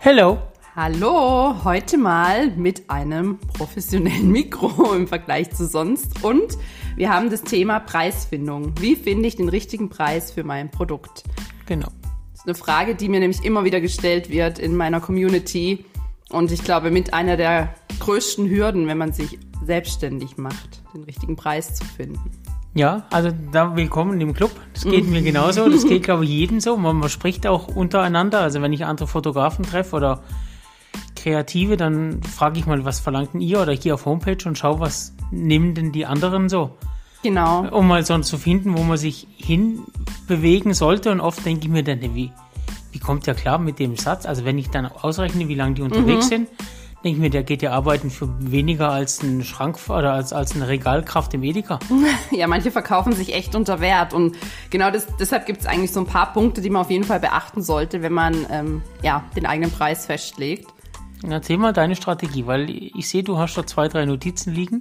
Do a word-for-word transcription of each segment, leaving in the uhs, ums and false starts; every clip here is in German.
Hello. Hallo, heute mal mit einem professionellen Mikro im Vergleich zu sonst. Und wir haben das Thema Preisfindung. Wie finde ich den richtigen Preis für mein Produkt? Genau. Das ist eine Frage, die mir nämlich immer wieder gestellt wird in meiner Community. Und ich glaube, mit einer der größten Hürden, wenn man sich selbstständig macht, den richtigen Preis zu finden. Ja, also da willkommen im Club. Das geht mir genauso. Das geht, glaube ich, jedem so. Man, man spricht auch untereinander. Also wenn ich andere Fotografen treffe oder Kreative, dann frage ich mal, was verlangt denn ihr? Oder ich gehe auf Homepage und schaue, was nehmen denn die anderen so? Genau. Um mal so zu finden, wo man sich hinbewegen sollte. Und oft denke ich mir dann, wie, wie kommt der klar mit dem Satz? Also wenn ich dann ausrechne, wie lange die unterwegs mhm. sind, denke ich mir, der geht ja arbeiten für weniger als ein Schrank oder als, als eine Regalkraft im Edeka. Ja, manche verkaufen sich echt unter Wert und genau das, deshalb gibt es eigentlich so ein paar Punkte, die man auf jeden Fall beachten sollte, wenn man ähm, ja, den eigenen Preis festlegt. Erzähl mal deine Strategie, weil ich sehe, du hast da zwei, drei Notizen liegen.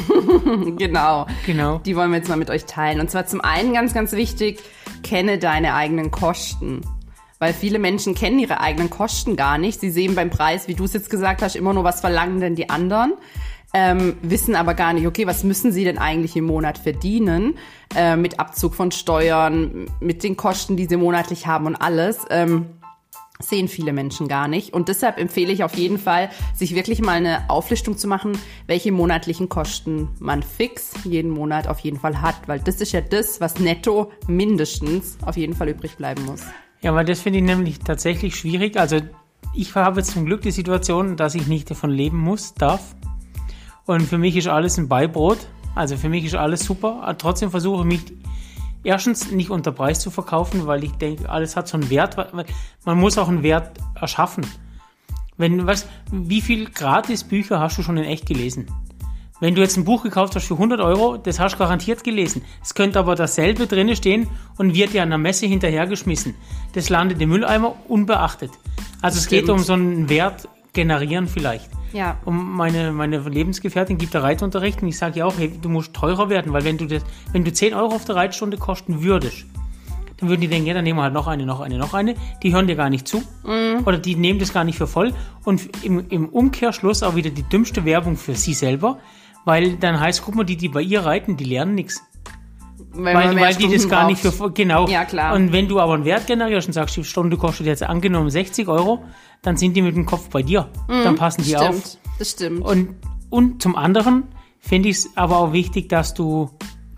Genau. Genau. Die wollen wir jetzt mal mit euch teilen. Und zwar zum einen ganz, ganz wichtig, kenne deine eigenen Kosten. Weil viele Menschen kennen ihre eigenen Kosten gar nicht. Sie sehen beim Preis, wie du es jetzt gesagt hast, immer nur, was verlangen denn die anderen, ähm, wissen aber gar nicht, okay, was müssen sie denn eigentlich im Monat verdienen, äh, mit Abzug von Steuern, mit den Kosten, die sie monatlich haben und alles, ähm, sehen viele Menschen gar nicht. Und deshalb empfehle ich auf jeden Fall, sich wirklich mal eine Auflistung zu machen, welche monatlichen Kosten man fix jeden Monat auf jeden Fall hat. Weil das ist ja das, was netto mindestens auf jeden Fall übrig bleiben muss. Ja, weil das finde ich nämlich tatsächlich schwierig. Also ich habe jetzt zum Glück die Situation, dass ich nicht davon leben muss, darf. Und für mich ist alles ein Beibrot. Also für mich ist alles super. Aber trotzdem versuche ich mich erstens nicht unter Preis zu verkaufen, weil ich denke, alles hat so einen Wert. Man muss auch einen Wert erschaffen. Wenn, was, wie viel Gratis-Bücher hast du schon in echt gelesen? Wenn du jetzt ein Buch gekauft hast für hundert Euro, das hast du garantiert gelesen. Es könnte aber dasselbe drin stehen und wird dir an der Messe hinterhergeschmissen. Das landet im Mülleimer unbeachtet. Also es geht um so einen Wert generieren vielleicht. Ja. Um meine, meine Lebensgefährtin gibt da Reitunterricht und ich sage ja auch, hey, du musst teurer werden, weil wenn du das, wenn du zehn Euro auf der Reitstunde kosten würdest, dann würden die denken, ja, dann nehmen wir halt noch eine, noch eine, noch eine. Die hören dir gar nicht zu mm. oder die nehmen das gar nicht für voll und im, im Umkehrschluss auch wieder die dümmste Werbung für sie selber, weil dann heißt, guck mal, die, die bei ihr reiten, die lernen nichts. Weil, weil, weil die das gar nicht für, genau. Ja, klar. Und wenn du aber einen Wert generierst und sagst, die Stunde kostet jetzt angenommen sechzig Euro, dann sind die mit dem Kopf bei dir. Mm, dann passen die stimmt, auf. Das stimmt. Und, und zum anderen finde ich es aber auch wichtig, dass du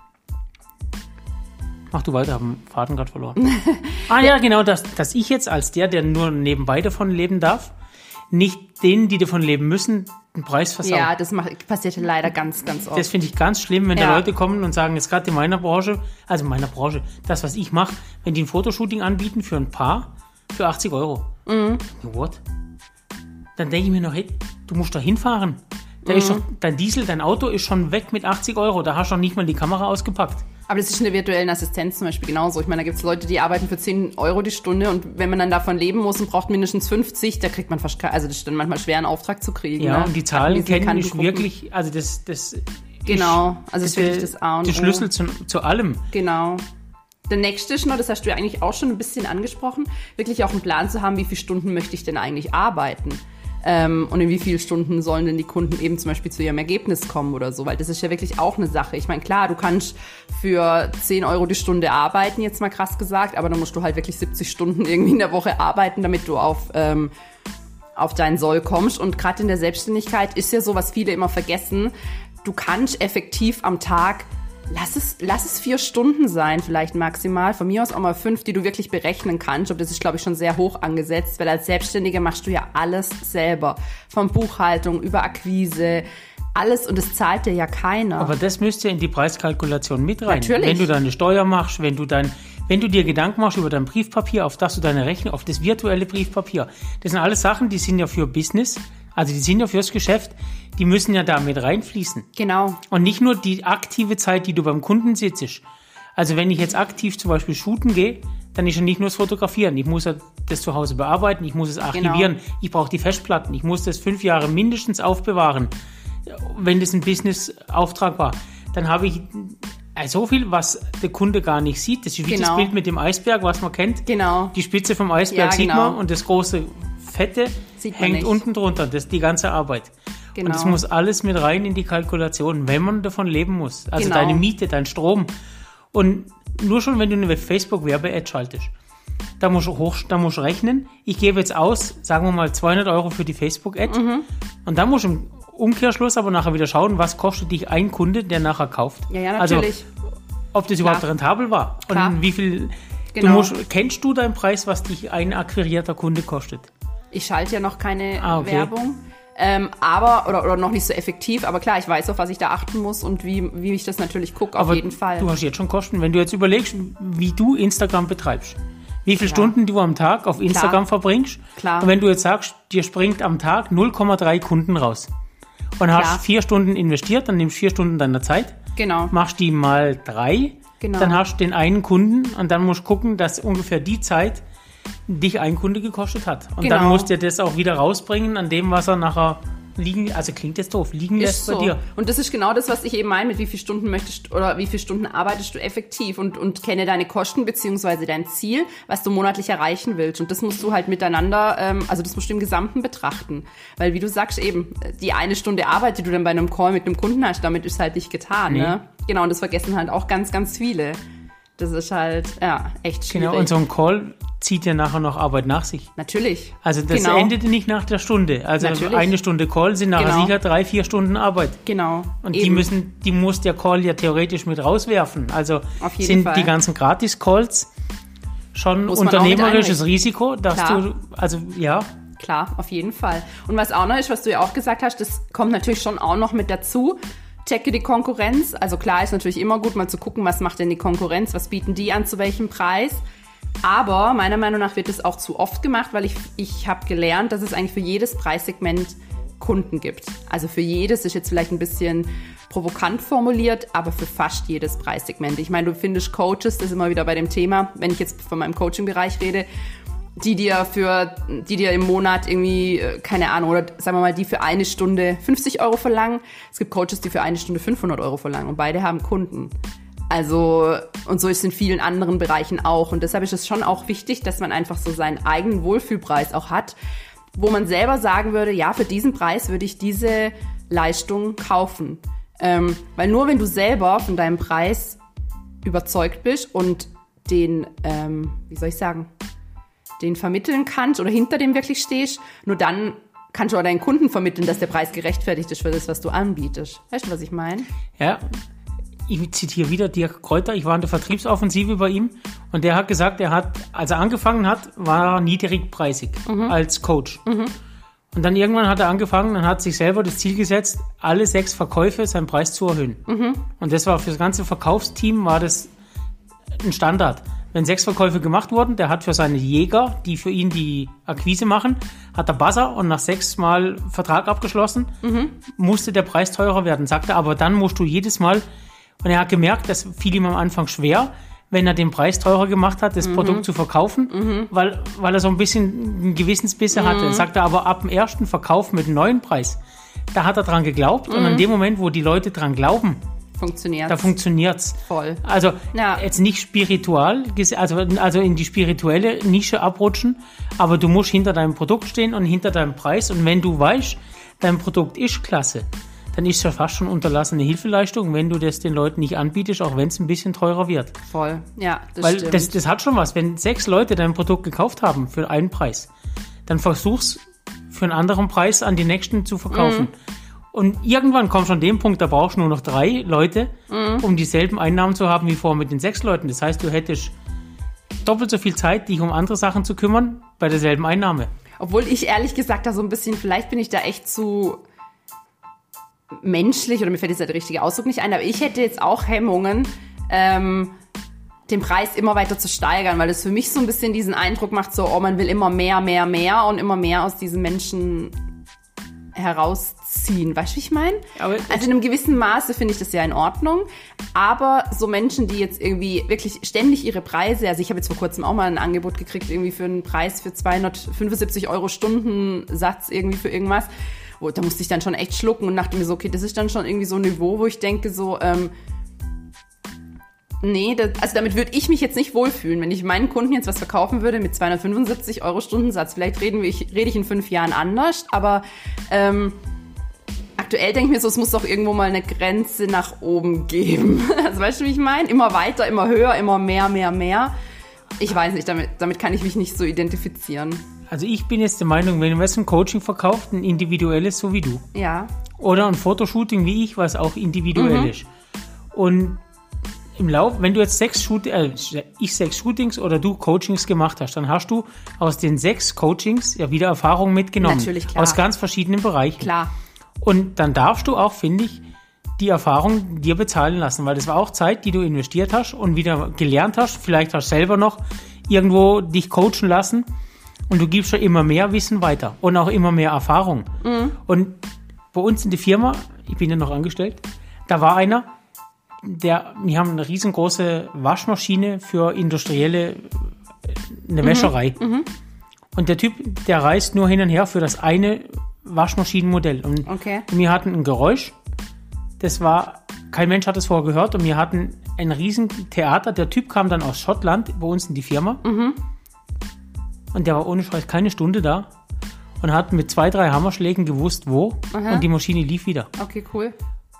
Mach du weiter, haben den Faden gerade verloren. ah ja, genau, dass, dass ich jetzt als der, der nur nebenbei davon leben darf, nicht denen, die davon leben müssen, den Preis versauen. Ja, das macht, passiert leider ganz, ganz oft. Das finde ich ganz schlimm, wenn ja. da Leute kommen und sagen, jetzt gerade in meiner Branche, also in meiner Branche, das, was ich mache, wenn die ein Fotoshooting anbieten für ein Paar, für achtzig Euro. Mhm. What? Dann denke ich mir noch, hey, du musst da hinfahren. Da mhm. ist doch, dein Diesel, dein Auto ist schon weg mit achtzig Euro. Da hast du noch nicht mal die Kamera ausgepackt. Aber das ist in der virtuellen Assistenz zum Beispiel genauso. Ich meine, da gibt es Leute, die arbeiten für zehn Euro die Stunde und wenn man dann davon leben muss und braucht mindestens fünfzig, da kriegt man fast, also das ist dann manchmal schwer, einen Auftrag zu kriegen. Ja, ne? und die Zahlen kennen ich wirklich, also das, das genau, also das ist wirklich der, das A und O. Der Schlüssel zu, zu allem. Genau. Der nächste ist noch, das hast du ja eigentlich auch schon ein bisschen angesprochen, wirklich auch einen Plan zu haben, wie viele Stunden möchte ich denn eigentlich arbeiten. Ähm, und in wie vielen Stunden sollen denn die Kunden eben zum Beispiel zu ihrem Ergebnis kommen oder so, weil das ist ja wirklich auch eine Sache. Ich meine, klar, du kannst für zehn Euro die Stunde arbeiten, jetzt mal krass gesagt, aber dann musst du halt wirklich siebzig Stunden irgendwie in der Woche arbeiten, damit du auf, ähm, auf deinen Soll kommst. Und gerade in der Selbstständigkeit ist ja so, was viele immer vergessen, du kannst effektiv am Tag Lass es, lass es vier Stunden sein, vielleicht maximal. Von mir aus auch mal fünf, die du wirklich berechnen kannst. Aber das ist, glaube ich, schon sehr hoch angesetzt, weil als Selbstständiger machst du ja alles selber. Von Buchhaltung über Akquise, alles. Und das zahlt dir ja keiner. Aber das müsste in die Preiskalkulation mit rein. Natürlich. Wenn du deine Steuer machst, wenn du dein, wenn du dir Gedanken machst über dein Briefpapier, auf das du deine Rechnung, auf das virtuelle Briefpapier. Das sind alles Sachen, die sind ja für Business. Also die sind ja fürs Geschäft, die müssen ja da mit reinfließen. Genau. Und nicht nur die aktive Zeit, die du beim Kunden sitzt. Also wenn ich jetzt aktiv zum Beispiel shooten gehe, dann ist ja nicht nur das Fotografieren. Ich muss ja das zu Hause bearbeiten, ich muss es archivieren, genau. Ich brauche die Festplatten, ich muss das fünf Jahre mindestens aufbewahren. Wenn das ein Business-Auftrag war, dann habe ich so viel, was der Kunde gar nicht sieht. Das ist wie genau. Das Bild mit dem Eisberg, was man kennt. Genau. Die Spitze vom Eisberg ja, sieht genau. man und das große Fette Sieht man hängt nicht. unten drunter. Das ist die ganze Arbeit. Genau. Und das muss alles mit rein in die Kalkulation, wenn man davon leben muss. Also Genau. deine Miete, dein Strom. Und nur schon, wenn du eine Facebook-Werbe-Ad schaltest, da musst du hoch, da musst du rechnen. Ich gebe jetzt aus, sagen wir mal, zweihundert Euro für die Facebook-Ad. Mhm. Und dann musst du im Umkehrschluss aber nachher wieder schauen, was kostet dich ein Kunde, der nachher kauft. Ja, ja, natürlich. Also, ob das überhaupt Klar. rentabel war. Klar. Und wie viel... Genau. Du musst, kennst du deinen Preis, was dich ein akquirierter Kunde kostet? Ich schalte ja noch keine Ah, okay. Werbung. Ähm, aber, oder, oder noch nicht so effektiv, aber klar, ich weiß, auf was ich da achten muss und wie, wie ich das natürlich gucke, auf Aber jeden Fall. Du hast jetzt schon Kosten, wenn du jetzt überlegst, wie du Instagram betreibst. Wie viele Klar. Stunden du am Tag auf Instagram Klar. verbringst. Klar. Und wenn du jetzt sagst, dir springt am Tag null Komma drei Kunden raus. Und hast Klar. vier Stunden investiert, dann nimmst du vier Stunden deiner Zeit, Genau. machst die mal drei, Genau. dann hast du den einen Kunden und dann musst du gucken, dass ungefähr die Zeit dich ein Kunde gekostet hat. Und dann Genau. musst du das auch wieder rausbringen an dem, was er nachher liegen, also klingt jetzt doof, liegen lässt Ist bei so. dir. Und das ist genau das, was ich eben meine, mit wie viele Stunden möchtest oder wie viele Stunden arbeitest du effektiv und, und kenne deine Kosten beziehungsweise dein Ziel, was du monatlich erreichen willst. Und das musst du halt miteinander, ähm, also das musst du im Gesamten betrachten. Weil wie du sagst eben, die eine Stunde Arbeit, die du dann bei einem Call mit einem Kunden hast, damit ist halt nicht getan. Nee. Ne? Genau, und das vergessen halt auch ganz, ganz viele. Das ist halt, ja, echt schwierig. Genau, und so ein Call zieht ja nachher noch Arbeit nach sich. Natürlich. Also das Genau. endet nicht nach der Stunde. Also Natürlich. eine Stunde Call sind nachher Genau. sicher drei, vier Stunden Arbeit. Genau. Und die Eben. müssen, die muss der Call ja theoretisch mit rauswerfen. Also Auf jeden sind Fall. die ganzen Gratis-Calls schon Muss man auch mit unternehmerisches einrechnen. Risiko, dass Klar. du, also ja, Klar, auf jeden Fall. Und was auch noch ist, was du ja auch gesagt hast, das kommt natürlich schon auch noch mit dazu. Checke die Konkurrenz. Also klar ist natürlich immer gut, mal zu gucken, was macht denn die Konkurrenz, was bieten die an, zu welchem Preis. Aber meiner Meinung nach wird es auch zu oft gemacht, weil ich, ich habe gelernt, dass es eigentlich für jedes Preissegment Kunden gibt. Also für jedes ist jetzt vielleicht ein bisschen provokant formuliert, aber für fast jedes Preissegment. Ich meine, du findest Coaches, das ist immer wieder bei dem Thema, wenn ich jetzt von meinem Coaching-Bereich rede, die dir für, die dir im Monat irgendwie, keine Ahnung, oder sagen wir mal, die für eine Stunde fünfzig Euro verlangen. Es gibt Coaches, die für eine Stunde fünfhundert Euro verlangen und beide haben Kunden. Also, und so ist es in vielen anderen Bereichen auch. Und deshalb ist es schon auch wichtig, dass man einfach so seinen eigenen Wohlfühlpreis auch hat, wo man selber sagen würde, ja, für diesen Preis würde ich diese Leistung kaufen. Ähm, weil nur wenn du selber von deinem Preis überzeugt bist und den, ähm, wie soll ich sagen, den vermitteln kannst oder hinter dem wirklich stehst, nur dann kannst du auch deinen Kunden vermitteln, dass der Preis gerechtfertigt ist für das, was du anbietest. Weißt du, was ich meine? ja. Ich zitiere wieder Dirk Kräuter, ich war in der Vertriebsoffensive bei ihm und der hat gesagt, er hat, als er angefangen hat, war er niedrigpreisig Mhm. als Coach. Mhm. Und dann irgendwann hat er angefangen und hat sich selber das Ziel gesetzt, alle sechs Verkäufe seinen Preis zu erhöhen. Mhm. Und das war für das ganze Verkaufsteam war das ein Standard. Wenn sechs Verkäufe gemacht wurden, der hat für seine Jäger, die für ihn die Akquise machen, hat er Buzzer und nach sechs Mal Vertrag abgeschlossen, mhm. musste der Preis teurer werden, sagte, aber dann musst du jedes Mal. Und er hat gemerkt, das fiel ihm am Anfang schwer, wenn er den Preis teurer gemacht hat, das mhm. Produkt zu verkaufen, mhm. weil, weil er so ein bisschen einen Gewissensbisse mhm. hatte. Er sagte aber, ab dem ersten Verkauf mit dem neuen Preis, da hat er dran geglaubt. Mhm. Und an dem Moment, wo die Leute dran glauben, funktioniert's. da funktioniert's. Voll. Also Ja. jetzt nicht spiritual, also, also in die spirituelle Nische abrutschen, aber du musst hinter deinem Produkt stehen und hinter deinem Preis. Und wenn du weißt, dein Produkt ist klasse, dann ist es ja fast schon unterlassene Hilfeleistung, wenn du das den Leuten nicht anbietest, auch wenn es ein bisschen teurer wird. Voll, ja, das Weil stimmt. das, das hat schon was. Wenn sechs Leute dein Produkt gekauft haben für einen Preis, dann versuch's für einen anderen Preis an die nächsten zu verkaufen. Mhm. Und irgendwann kommst du an den Punkt, da brauchst du nur noch drei Leute, mhm. um dieselben Einnahmen zu haben wie vorher mit den sechs Leuten. Das heißt, du hättest doppelt so viel Zeit, dich um andere Sachen zu kümmern, bei derselben Einnahme. Obwohl ich ehrlich gesagt da so ein bisschen, vielleicht bin ich da echt zu menschlich, oder mir fällt jetzt der richtige Ausdruck nicht ein, aber ich hätte jetzt auch Hemmungen, ähm, den Preis immer weiter zu steigern, weil das für mich so ein bisschen diesen Eindruck macht, so, oh, man will immer mehr, mehr, mehr und immer mehr aus diesen Menschen herausziehen. Weißt du, wie ich meine? Aber also in einem gewissen Maße finde ich das ja in Ordnung, aber so Menschen, die jetzt irgendwie wirklich ständig ihre Preise, also ich habe jetzt vor kurzem auch mal ein Angebot gekriegt, irgendwie für einen Preis für zweihundertfünfundsiebzig Euro Stundensatz irgendwie für irgendwas, wo, da musste ich dann schon echt schlucken und dachte mir so, okay, das ist dann schon irgendwie so ein Niveau, wo ich denke so, ähm, Nee, das, also damit würde ich mich jetzt nicht wohlfühlen, wenn ich meinen Kunden jetzt was verkaufen würde mit zweihundertfünfundsiebzig Euro Stundensatz. Vielleicht reden wir, ich, rede ich in fünf Jahren anders, aber ähm, aktuell denke ich mir so, es muss doch irgendwo mal eine Grenze nach oben geben. Also weißt du, wie ich meine? Immer weiter, immer höher, immer mehr, mehr, mehr. Ich weiß nicht, damit, damit kann ich mich nicht so identifizieren. Also ich bin jetzt der Meinung, wenn du was im Coaching verkauft, ein individuelles, so wie du. Ja. Oder ein Fotoshooting wie ich, was auch individuell Mhm. ist. Und im Lauf, wenn du jetzt sechs Shoot, äh, ich sechs Shootings oder du Coachings gemacht hast, dann hast du aus den sechs Coachings ja wieder Erfahrungen mitgenommen. Natürlich, klar. Aus ganz verschiedenen Bereichen. Klar. Und dann darfst du auch, finde ich, die Erfahrung dir bezahlen lassen, weil das war auch Zeit, die du investiert hast und wieder gelernt hast. Vielleicht hast du selber noch irgendwo dich coachen lassen und du gibst ja immer mehr Wissen weiter und auch immer mehr Erfahrung. Mhm. Und bei uns in der Firma, ich bin ja noch angestellt, da war einer, der, wir haben eine riesengroße Waschmaschine für industrielle, eine Wäscherei. Mhm. Und der Typ, der reist nur hin und her für das eine Waschmaschinenmodell. Und Okay. wir hatten ein Geräusch, das war, kein Mensch hat es vorher gehört, und wir hatten ein riesen Theater. Der Typ kam dann aus Schottland bei uns in die Firma. Mhm. Und der war ohne Scheiß keine Stunde da und hat mit zwei, drei Hammerschlägen gewusst, wo. Aha. Und die Maschine lief wieder. Okay, cool.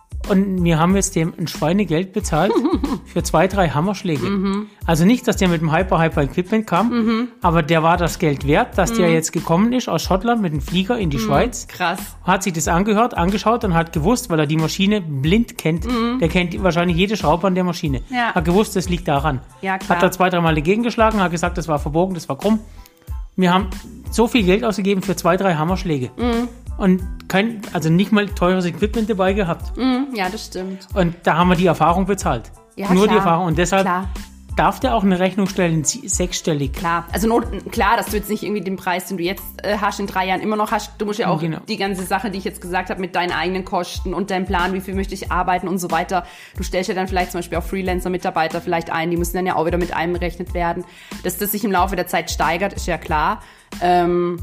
Und wir haben jetzt dem ein Schweinegeld bezahlt für zwei, drei Hammerschläge. Mhm. Also nicht, dass der mit dem Hyper-Hyper-Equipment kam, Mhm. aber der war das Geld wert, dass der jetzt gekommen ist aus Schottland mit dem Flieger in die Schweiz, Krass. hat sich das angehört, angeschaut und hat gewusst, weil er die Maschine blind kennt, der kennt wahrscheinlich jede Schraube an der Maschine, Ja. hat gewusst, das liegt daran. Ja, klar. Hat da zwei, dreimal dagegen geschlagen, hat gesagt, das war verbogen, das war krumm. Wir haben so viel Geld ausgegeben für zwei, drei Hammerschläge. Mhm. Und kein, also nicht mal teures Equipment dabei gehabt. Mhm. Ja, das stimmt. Und da haben wir die Erfahrung bezahlt. Ja, Nur klar. die Erfahrung. Und deshalb Klar. darf der auch eine Rechnung stellen, sie- sechsstellig. Klar, also not, klar, dass du jetzt nicht irgendwie den Preis, den du jetzt äh, hast, in drei Jahren immer noch hast. Du musst ja auch Genau. die ganze Sache, die ich jetzt gesagt habe, mit deinen eigenen Kosten und deinem Plan, wie viel möchte ich arbeiten und so weiter. Du stellst ja dann vielleicht zum Beispiel auch Freelancer-Mitarbeiter vielleicht ein, die müssen dann ja auch wieder mit einberechnet werden. Dass das sich im Laufe der Zeit steigert, ist ja klar. Ähm,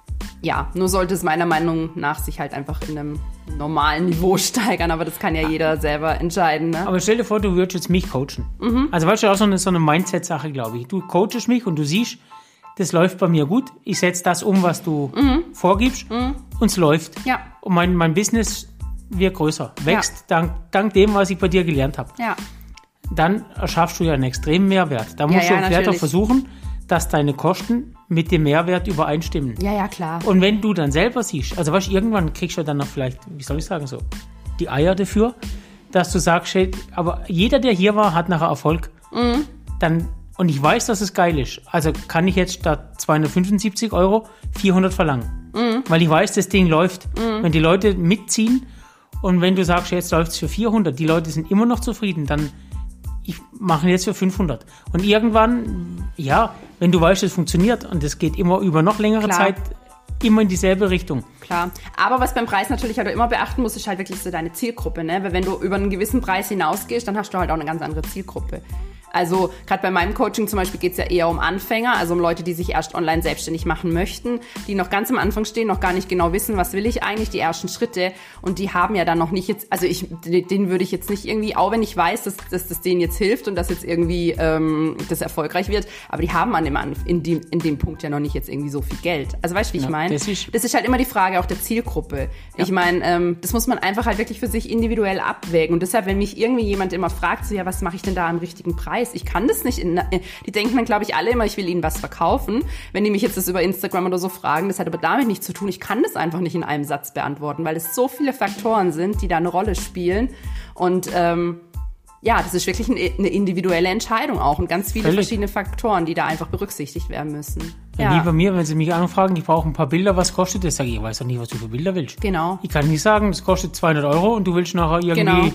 ja, nur sollte es meiner Meinung nach sich halt einfach in einem normalen Niveau steigern, aber das kann ja jeder selber entscheiden, ne? Aber stell dir vor, du würdest jetzt mich coachen. Mhm. Also weißt du, auch so eine, so eine Mindset-Sache, glaube ich. Du coachest mich und du siehst, das läuft bei mir gut. Ich setze das um, was du vorgibst, und es läuft. Ja. Und mein, mein Business wird größer, wächst dank, dank dem, was ich bei dir gelernt habe. Ja, Dann erschaffst du ja einen extremen Mehrwert. Da musst ja, du weiter natürlich. versuchen, dass deine Kosten mit dem Mehrwert übereinstimmen. ja, ja, klar. Und wenn du dann selber siehst, also weißt, du, irgendwann kriegst du dann noch vielleicht, wie soll ich sagen, so die Eier dafür, dass du sagst, hey, aber jeder, der hier war, hat nachher Erfolg. Mhm. Dann, und ich weiß, dass es geil ist. Also kann ich jetzt statt zweihundertfünfundsiebzig Euro vierhundert verlangen. Mhm. Weil ich weiß, das Ding läuft. Wenn die Leute mitziehen und wenn du sagst, jetzt läuft es für vierhundert, die Leute sind immer noch zufrieden, dann ich mache jetzt für fünfhundert. Und irgendwann, ja, wenn du weißt, es funktioniert und es geht immer über noch längere Klar. Zeit immer in dieselbe Richtung. Klar, aber was beim Preis natürlich halt immer beachten musst, ist halt wirklich so deine Zielgruppe, ne? Weil wenn du über einen gewissen Preis hinausgehst, dann hast du halt auch eine ganz andere Zielgruppe. Also gerade bei meinem Coaching zum Beispiel geht es ja eher um Anfänger, also um Leute, die sich erst online selbstständig machen möchten, die noch ganz am Anfang stehen, noch gar nicht genau wissen, was will ich eigentlich, die ersten Schritte, und die haben ja dann noch nicht jetzt, also ich, denen würde ich jetzt nicht irgendwie, auch wenn ich weiß, dass, dass das denen jetzt hilft und dass jetzt irgendwie ähm, das erfolgreich wird, aber die haben an dem, in, dem, in dem Punkt ja noch nicht jetzt irgendwie so viel Geld. Also weißt du, wie ich Ja, meine? das ist- Das ist halt immer die Frage auch der Zielgruppe. Ich meine, ähm, das muss man einfach halt wirklich für sich individuell abwägen. Und deshalb, wenn mich irgendwie jemand immer fragt, so ja, was mache ich denn da am richtigen Preis? Ich kann das nicht. In, die denken dann, glaube ich, alle immer, ich will ihnen was verkaufen. Wenn die mich jetzt das über Instagram oder so fragen, das hat aber damit nichts zu tun. Ich kann das einfach nicht in einem Satz beantworten, weil es so viele Faktoren sind, die da eine Rolle spielen. Und ähm, ja, das ist wirklich eine individuelle Entscheidung auch und ganz viele Völlig. verschiedene Faktoren, die da einfach berücksichtigt werden müssen. Ja. Wie bei mir, wenn sie mich anfragen, ich brauche ein paar Bilder, was kostet das? Sag ich, ich weiß doch nicht, was du für Bilder willst. Genau. Ich kann nicht sagen, das kostet zweihundert Euro und du willst nachher irgendwie Genau.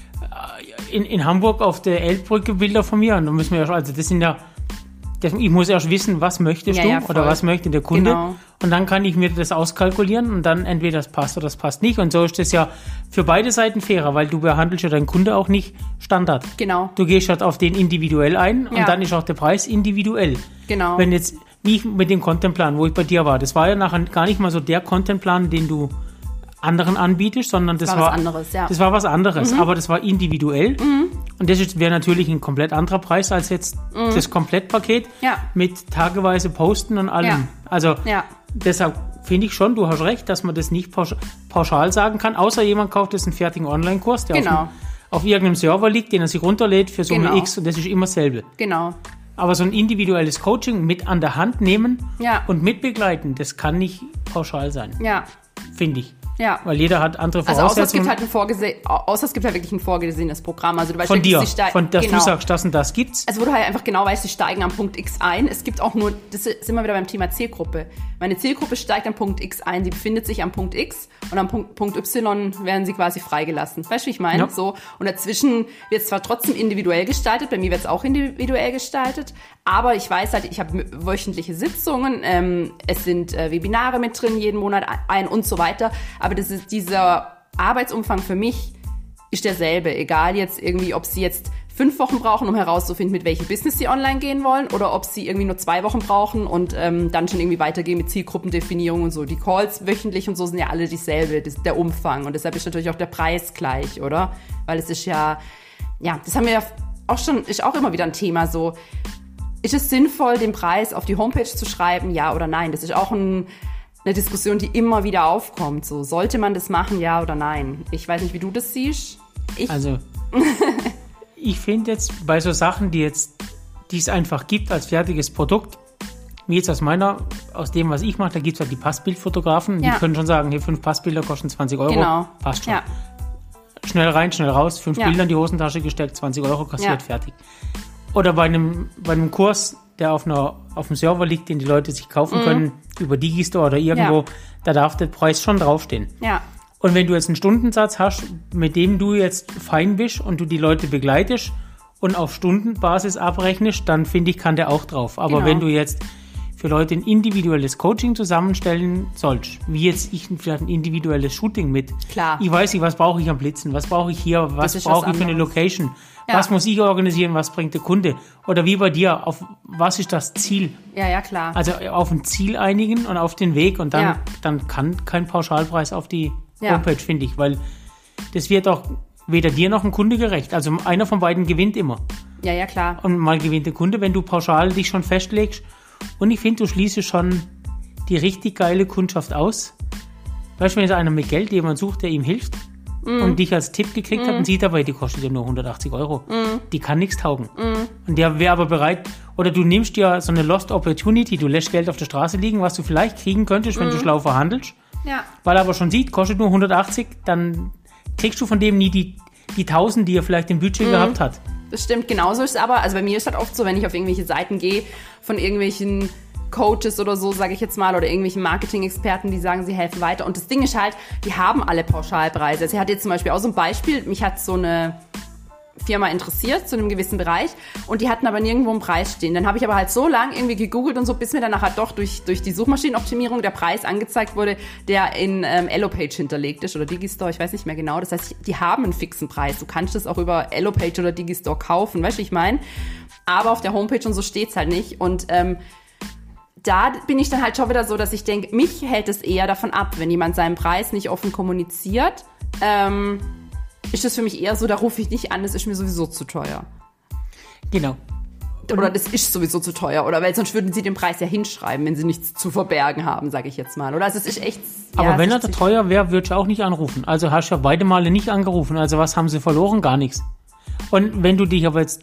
in, in Hamburg auf der Elbbrücke Bilder von mir. Und dann müssen wir ja, also das sind ja, das, ich muss erst wissen, was möchtest Ja, du ja, voll. oder was möchte der Kunde. Genau. Und dann kann ich mir das auskalkulieren und dann entweder das passt oder das passt nicht. Und so ist das ja für beide Seiten fairer, weil du behandelst ja deinen Kunde auch nicht Standard. Genau. Du gehst halt auf den individuell ein und Ja. dann ist auch der Preis individuell. Genau. Wenn jetzt, wie ich mit dem Contentplan, wo ich bei dir war, das war ja nachher gar nicht mal so der Contentplan, den du anderen anbietest, sondern das war war was anderes, ja. Das war was anderes, aber das war individuell Und das wäre natürlich ein komplett anderer Preis als jetzt mhm. das Komplettpaket ja. mit tageweise Posten und allem. Ja. Also ja. deshalb finde ich schon, du hast recht, dass man das nicht pausch- pauschal sagen kann, außer jemand kauft jetzt einen fertigen Online-Kurs, der genau. auf, auf irgendeinem Server liegt, den er sich runterlädt für Summe genau. X und das ist immer dasselbe. Genau. Aber so ein individuelles Coaching mit an der Hand nehmen ja. und mitbegleiten, das kann nicht pauschal sein. Ja. Finde ich. Ja. Weil jeder hat andere Also außer es Voraussetzungen. gibt halt ein vorgese- außer es gibt halt wirklich ein vorgesehenes Programm. Also du weißt von wirklich, dir, sie ste- von, dass genau. du sagst, das und das gibt's. Also wo du halt einfach genau weißt, sie steigen am Punkt X ein. Es gibt auch nur, das sind wir wieder beim Thema Zielgruppe. Meine Zielgruppe steigt am Punkt X ein, die befindet sich am Punkt X und am Punkt, Punkt Y werden sie quasi freigelassen. Weißt du, wie ich meine? Ja. So. Und dazwischen wird es zwar trotzdem individuell gestaltet, bei mir wird es auch individuell gestaltet, aber ich weiß halt, ich habe wöchentliche Sitzungen, ähm, es sind äh, Webinare mit drin, jeden Monat ein und so weiter, aber das ist dieser Arbeitsumfang für mich ist derselbe, egal jetzt irgendwie, ob sie jetzt fünf Wochen brauchen, um herauszufinden, mit welchem Business sie online gehen wollen, oder ob sie irgendwie nur zwei Wochen brauchen und ähm, dann schon irgendwie weitergehen mit Zielgruppendefinierung und so. Die Calls wöchentlich und so sind ja alle dieselbe, das, der Umfang, und deshalb ist natürlich auch der Preis gleich, oder? Weil es ist ja, ja, das haben wir ja auch schon, ist auch immer wieder ein Thema so. Ist es sinnvoll, den Preis auf die Homepage zu schreiben, ja oder nein? Das ist auch ein eine Diskussion, die immer wieder aufkommt. So, sollte man das machen, ja oder nein? Ich weiß nicht, wie du das siehst. Ich Also, ich finde jetzt bei so Sachen, die jetzt, die es einfach gibt als fertiges Produkt, wie jetzt aus meiner, aus dem, was ich mache, da gibt es halt die Passbildfotografen, ja. die können schon sagen, hier fünf Passbilder kosten zwanzig Euro, genau. passt schon. Ja. Schnell rein, schnell raus, fünf ja. Bilder in die Hosentasche gesteckt, zwanzig Euro kassiert, ja. fertig. Oder bei einem, bei einem Kurs, der auf einer, auf dem Server liegt, den die Leute sich kaufen mhm. können, über Digistore oder irgendwo, ja. da darf der Preis schon draufstehen. Ja. Und wenn du jetzt einen Stundensatz hast, mit dem du jetzt fein bist und du die Leute begleitest und auf Stundenbasis abrechnest, dann finde ich, kann der auch drauf. Aber genau. wenn du jetzt für Leute ein individuelles Coaching zusammenstellen sollst, wie jetzt ich vielleicht ein individuelles Shooting mit. Klar. Ich weiß nicht, was brauche ich am Blitzen, was brauche ich hier, was brauche ich für eine Location, ja. was muss ich organisieren, was bringt der Kunde? Oder wie bei dir, auf was ist das Ziel? Ja, ja, klar. Also auf ein Ziel einigen und auf den Weg, und dann, ja. dann kann kein Pauschalpreis auf die ja. Homepage, finde ich, weil das wird auch weder dir noch ein Kunde gerecht. Also einer von beiden gewinnt immer. Ja, ja, klar. Und mal gewinnt der Kunde, wenn du pauschal dich schon festlegst. Und ich finde, du schließt schon die richtig geile Kundschaft aus. Weißt du, wenn jetzt einer mit Geld jemand sucht, der ihm hilft mm. und dich als Tipp gekriegt mm. hat und sieht aber, die kostet ja nur hundertachtzig Euro. Mm. Die kann nichts taugen. Mm. Und der wäre aber bereit, oder du nimmst dir so eine Lost Opportunity, du lässt Geld auf der Straße liegen, was du vielleicht kriegen könntest, wenn mm. du schlau verhandelst. Ja. Weil er aber schon sieht, kostet nur hundertachtzig, dann kriegst du von dem nie die, die tausend, die er vielleicht im Budget mm. gehabt hat. Das stimmt, genauso ist es aber, also bei mir ist das oft so, wenn ich auf irgendwelche Seiten gehe, von irgendwelchen Coaches oder so, sage ich jetzt mal, oder irgendwelchen Marketing-Experten, die sagen, sie helfen weiter. Und das Ding ist halt, die haben alle Pauschalpreise. Also ich hatte jetzt zum Beispiel auch so ein Beispiel, mich hat so eine Firma interessiert zu einem gewissen Bereich und die hatten aber nirgendwo einen Preis stehen. Dann habe ich aber halt so lang irgendwie gegoogelt und so, bis mir dann nachher doch durch, durch die Suchmaschinenoptimierung der Preis angezeigt wurde, der in ähm, Ellopage hinterlegt ist oder Digistore, ich weiß nicht mehr genau. Das heißt, die haben einen fixen Preis. Du kannst das auch über Ellopage oder Digistore kaufen, weißt du, wie ich meine? Aber auf der Homepage und so steht's halt nicht. Und ähm, da bin ich dann halt schon wieder so, dass ich denke, mich hält es eher davon ab, wenn jemand seinen Preis nicht offen kommuniziert, ähm, ist das für mich eher so, da rufe ich nicht an, das ist mir sowieso zu teuer. Genau. Oder das ist sowieso zu teuer. Oder weil sonst würden sie den Preis ja hinschreiben, wenn sie nichts zu verbergen haben, sage ich jetzt mal. Oder also es ist echt... Aber ja, wenn er teuer wäre, würdest du auch nicht anrufen. Also hast du ja beide Male nicht angerufen. Also was haben sie verloren? Gar nichts. Und wenn du dich aber jetzt...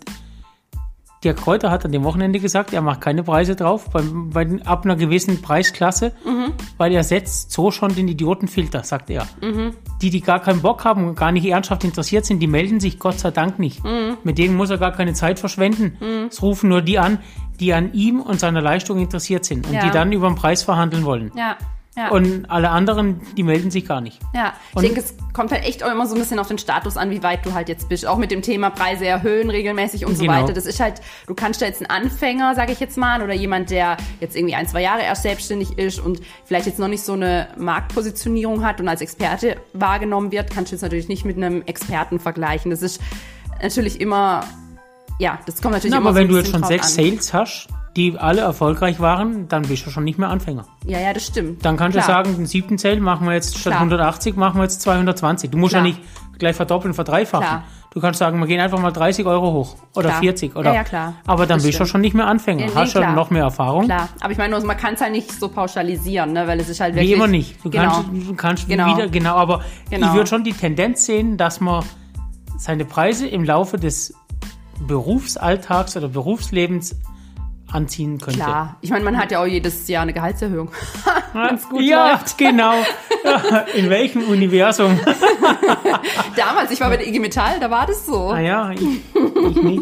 Der Kräuter hat an dem Wochenende gesagt, er macht keine Preise drauf, bei, bei, ab einer gewissen Preisklasse, mhm. weil er setzt so schon den Idiotenfilter, sagt er. Mhm. Die, die gar keinen Bock haben und gar nicht ernsthaft interessiert sind, die melden sich Gott sei Dank nicht. Mhm. Mit denen muss er gar keine Zeit verschwenden. Mhm. Es rufen nur die an, die an ihm und seiner Leistung interessiert sind und ja. die dann über den Preis verhandeln wollen. Ja. Ja. Und alle anderen, die melden sich gar nicht. Ja, ich und denke, es kommt halt echt auch immer so ein bisschen auf den Status an, wie weit du halt jetzt bist. Auch mit dem Thema Preise erhöhen regelmäßig und genau. so weiter. Das ist halt, du kannst da jetzt einen Anfänger, sage ich jetzt mal, oder jemand, der jetzt irgendwie ein, zwei Jahre erst selbstständig ist und vielleicht jetzt noch nicht so eine Marktpositionierung hat und als Experte wahrgenommen wird, kannst du jetzt natürlich nicht mit einem Experten vergleichen. Das ist natürlich immer, ja, das kommt natürlich Na, immer aber so wenn ein du jetzt schon drauf sechs an. Sales hast, die alle erfolgreich waren, dann bist du schon nicht mehr Anfänger. Ja, ja, das stimmt. Dann kannst Klar. du sagen, den siebten Sale machen wir jetzt statt Klar. hundertachtzig, machen wir jetzt zweihundertzwanzig. Du musst Klar. ja nicht gleich verdoppeln, verdreifachen. Klar. Du kannst sagen, wir gehen einfach mal dreißig Euro hoch oder Klar. vierzig. Oder, Ja, ja, klar. Aber dann Das bist du stimmt. schon nicht mehr Anfänger. Ja, nee, hast schon klar. noch mehr Erfahrung. Klar, aber ich meine, also man kann es halt nicht so pauschalisieren, ne? Weil es ist halt Wie wirklich... immer nicht. Du genau. kannst, du kannst Genau. wieder, genau, aber Genau. ich würde schon die Tendenz sehen, dass man seine Preise im Laufe des Berufsalltags oder Berufslebens anziehen könnte. Klar, ich meine, man hat ja auch jedes Jahr eine Gehaltserhöhung, wenn es gut ja, läuft. genau. In welchem Universum? Damals, ich war bei der I G Metall, da war das so. Ah ja, ich, ich nicht.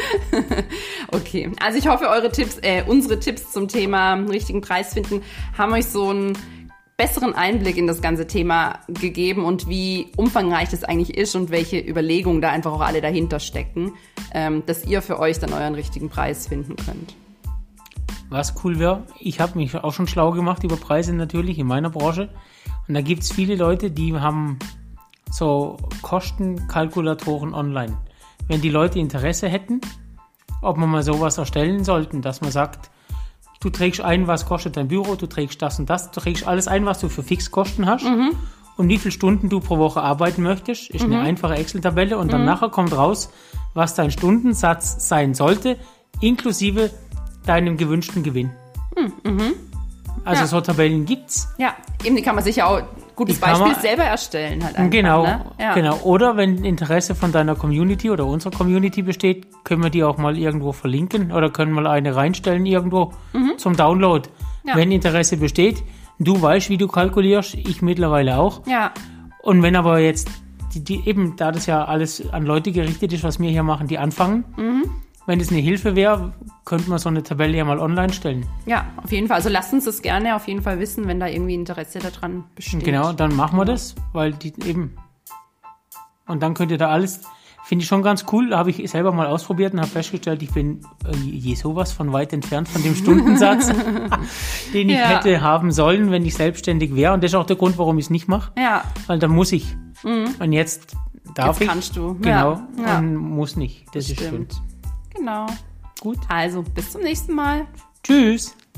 Okay, also ich hoffe, eure Tipps, äh, unsere Tipps zum Thema richtigen Preis finden, haben euch so einen besseren Einblick in das ganze Thema gegeben und wie umfangreich das eigentlich ist und welche Überlegungen da einfach auch alle dahinter stecken, ähm, dass ihr für euch dann euren richtigen Preis finden könnt. Was cool wäre, ich habe mich auch schon schlau gemacht über Preise natürlich in meiner Branche. Und da gibt es viele Leute, die haben so Kostenkalkulatoren online. Wenn die Leute Interesse hätten, ob man mal sowas erstellen sollten, dass man sagt, du trägst ein, was kostet dein Büro, du trägst das und das, du trägst alles ein, was du für Fixkosten hast mhm. und wie viele Stunden du pro Woche arbeiten möchtest, ist mhm. eine einfache Excel-Tabelle und dann mhm. nachher kommt raus, was dein Stundensatz sein sollte, inklusive deinem gewünschten Gewinn. Mhm. Also ja. so Tabellen gibt's. Ja, eben die kann man sich ja auch, gutes Die kann Beispiel, man- selber erstellen halt einfach. Genau, Ne? Ja. genau. Oder wenn Interesse von deiner Community oder unserer Community besteht, können wir die auch mal irgendwo verlinken oder können mal eine reinstellen irgendwo zum Download. Ja. Wenn Interesse besteht, du weißt, wie du kalkulierst, ich mittlerweile auch. Ja, Und wenn aber jetzt, die, die eben, da das ja alles an Leute gerichtet ist, was wir hier machen, die anfangen, wenn es eine Hilfe wäre, könnte man so eine Tabelle ja mal online stellen. ja, auf jeden Fall. Also lasst uns das gerne auf jeden Fall wissen, wenn da irgendwie Interesse daran besteht. Genau, dann machen wir das, weil die eben. Und dann könnt ihr da alles, finde ich schon ganz cool, habe ich selber mal ausprobiert und habe festgestellt, ich bin äh, je sowas von weit entfernt von dem Stundensatz, den ich Ja. hätte haben sollen, wenn ich selbstständig wäre. Und das ist auch der Grund, warum ich es nicht mache, Ja, weil dann muss ich. Und jetzt darf Jetzt ich. kannst du. Genau, Ja, ja. und muss nicht. Das, ist schön. stimmt. Genau. Gut. Also, bis zum nächsten Mal. Tschüss.